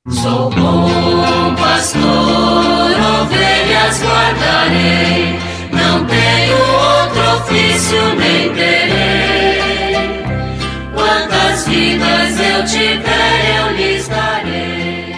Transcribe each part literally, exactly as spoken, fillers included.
Sou bom pastor, ovelhas guardarei, não tenho outro ofício nem terei. Quantas vidas eu tiver, eu lhes darei.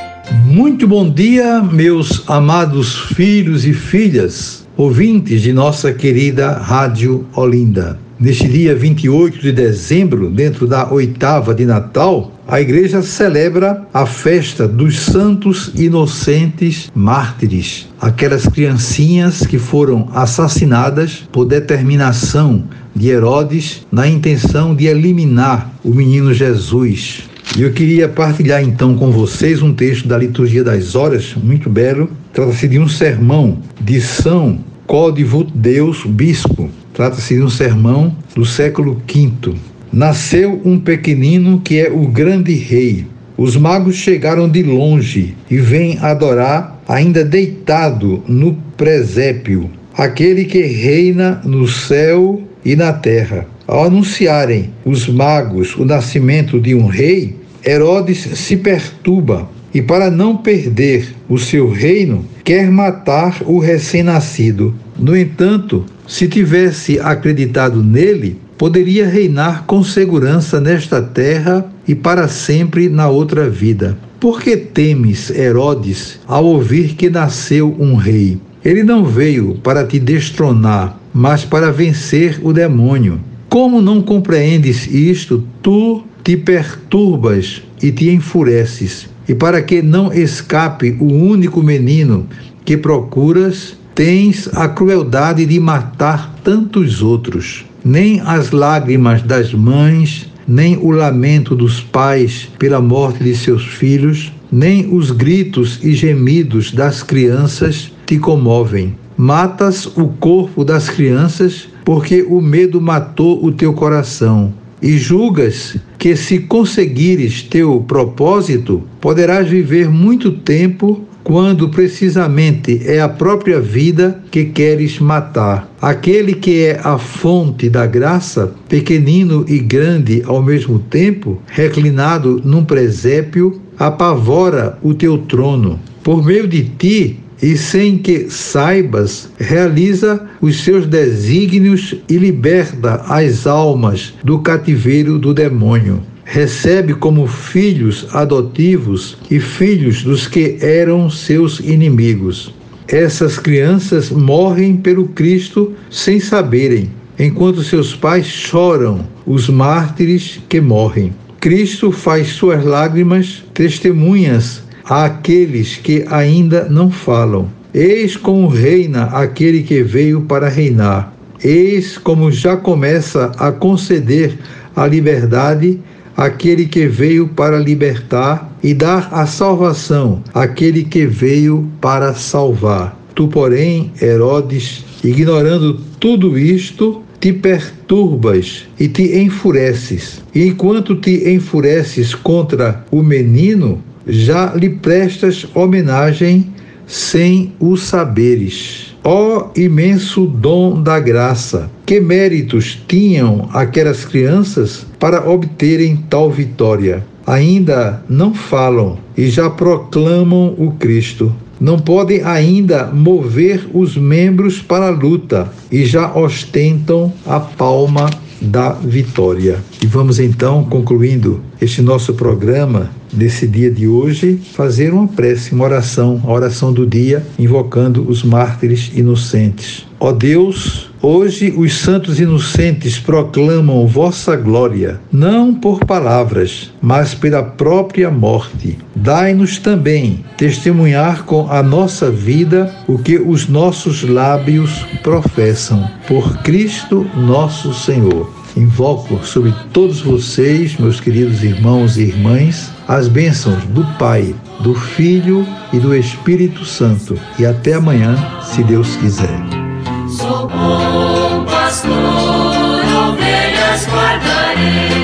Muito bom dia, meus amados filhos e filhas, ouvintes de nossa querida Rádio Olinda. Neste dia vinte e oito de dezembro, dentro da oitava de Natal, a igreja celebra a festa dos santos inocentes mártires, aquelas criancinhas que foram assassinadas por determinação de Herodes na intenção de eliminar o menino Jesus. E eu queria partilhar então com vocês um texto da Liturgia das Horas, muito belo. Trata-se de um sermão de São Códivo Deus Bispo. Trata-se de um sermão do século quinto. Nasceu um pequenino que é o grande rei. Os magos chegaram de longe e vêm adorar, ainda deitado no presépio, aquele que reina no céu e na terra. Ao anunciarem os magos o nascimento de um rei, Herodes se perturba e, para não perder o seu reino, quer matar o recém-nascido. No entanto, se tivesse acreditado nele, poderia reinar com segurança nesta terra e para sempre na outra vida. Por que temes, Herodes, ao ouvir que nasceu um rei? Ele não veio para te destronar, mas para vencer o demônio. Como não compreendes isto, tu te perturbas e te enfureces. E para que não escape o único menino que procuras, tens a crueldade de matar tantos outros. Nem as lágrimas das mães, nem o lamento dos pais pela morte de seus filhos, nem os gritos e gemidos das crianças te comovem. Matas o corpo das crianças porque o medo matou o teu coração. E julgas que, se conseguires teu propósito, poderás viver muito tempo, quando precisamente é a própria vida que queres matar. Aquele que é a fonte da graça, pequenino e grande ao mesmo tempo, reclinado num presépio, apavora o teu trono. Por meio de ti, e sem que saibas, realiza os seus desígnios e liberta as almas do cativeiro do demônio. Recebe como filhos adotivos e filhos dos que eram seus inimigos. Essas crianças morrem pelo Cristo sem saberem, enquanto seus pais choram os mártires que morrem. Cristo faz suas lágrimas testemunhas àqueles que ainda não falam. Eis como reina aquele que veio para reinar. Eis como já começa a conceder a liberdade aquele que veio para libertar e dar a salvação àquele que veio para salvar. Tu, porém, Herodes, ignorando tudo isto, te perturbas e te enfureces. E enquanto te enfureces contra o menino, já lhe prestas homenagem sem o saberes. Ó imenso dom da graça! Que méritos tinham aquelas crianças para obterem tal vitória? Ainda não falam e já proclamam o Cristo. Não podem ainda mover os membros para a luta e já ostentam a palma da vitória. E vamos então, concluindo este nosso programa, nesse dia de hoje, fazer uma prece, uma oração, a oração do dia, invocando os mártires inocentes. Ó Deus, hoje os santos inocentes proclamam vossa glória, não por palavras, mas pela própria morte. Dai-nos também testemunhar com a nossa vida o que os nossos lábios professam. Por Cristo nosso Senhor. Invoco sobre todos vocês, meus queridos irmãos e irmãs, as bênçãos do Pai, do Filho e do Espírito Santo. E até amanhã, se Deus quiser. Sou bom pastor, ovelhas guardarei.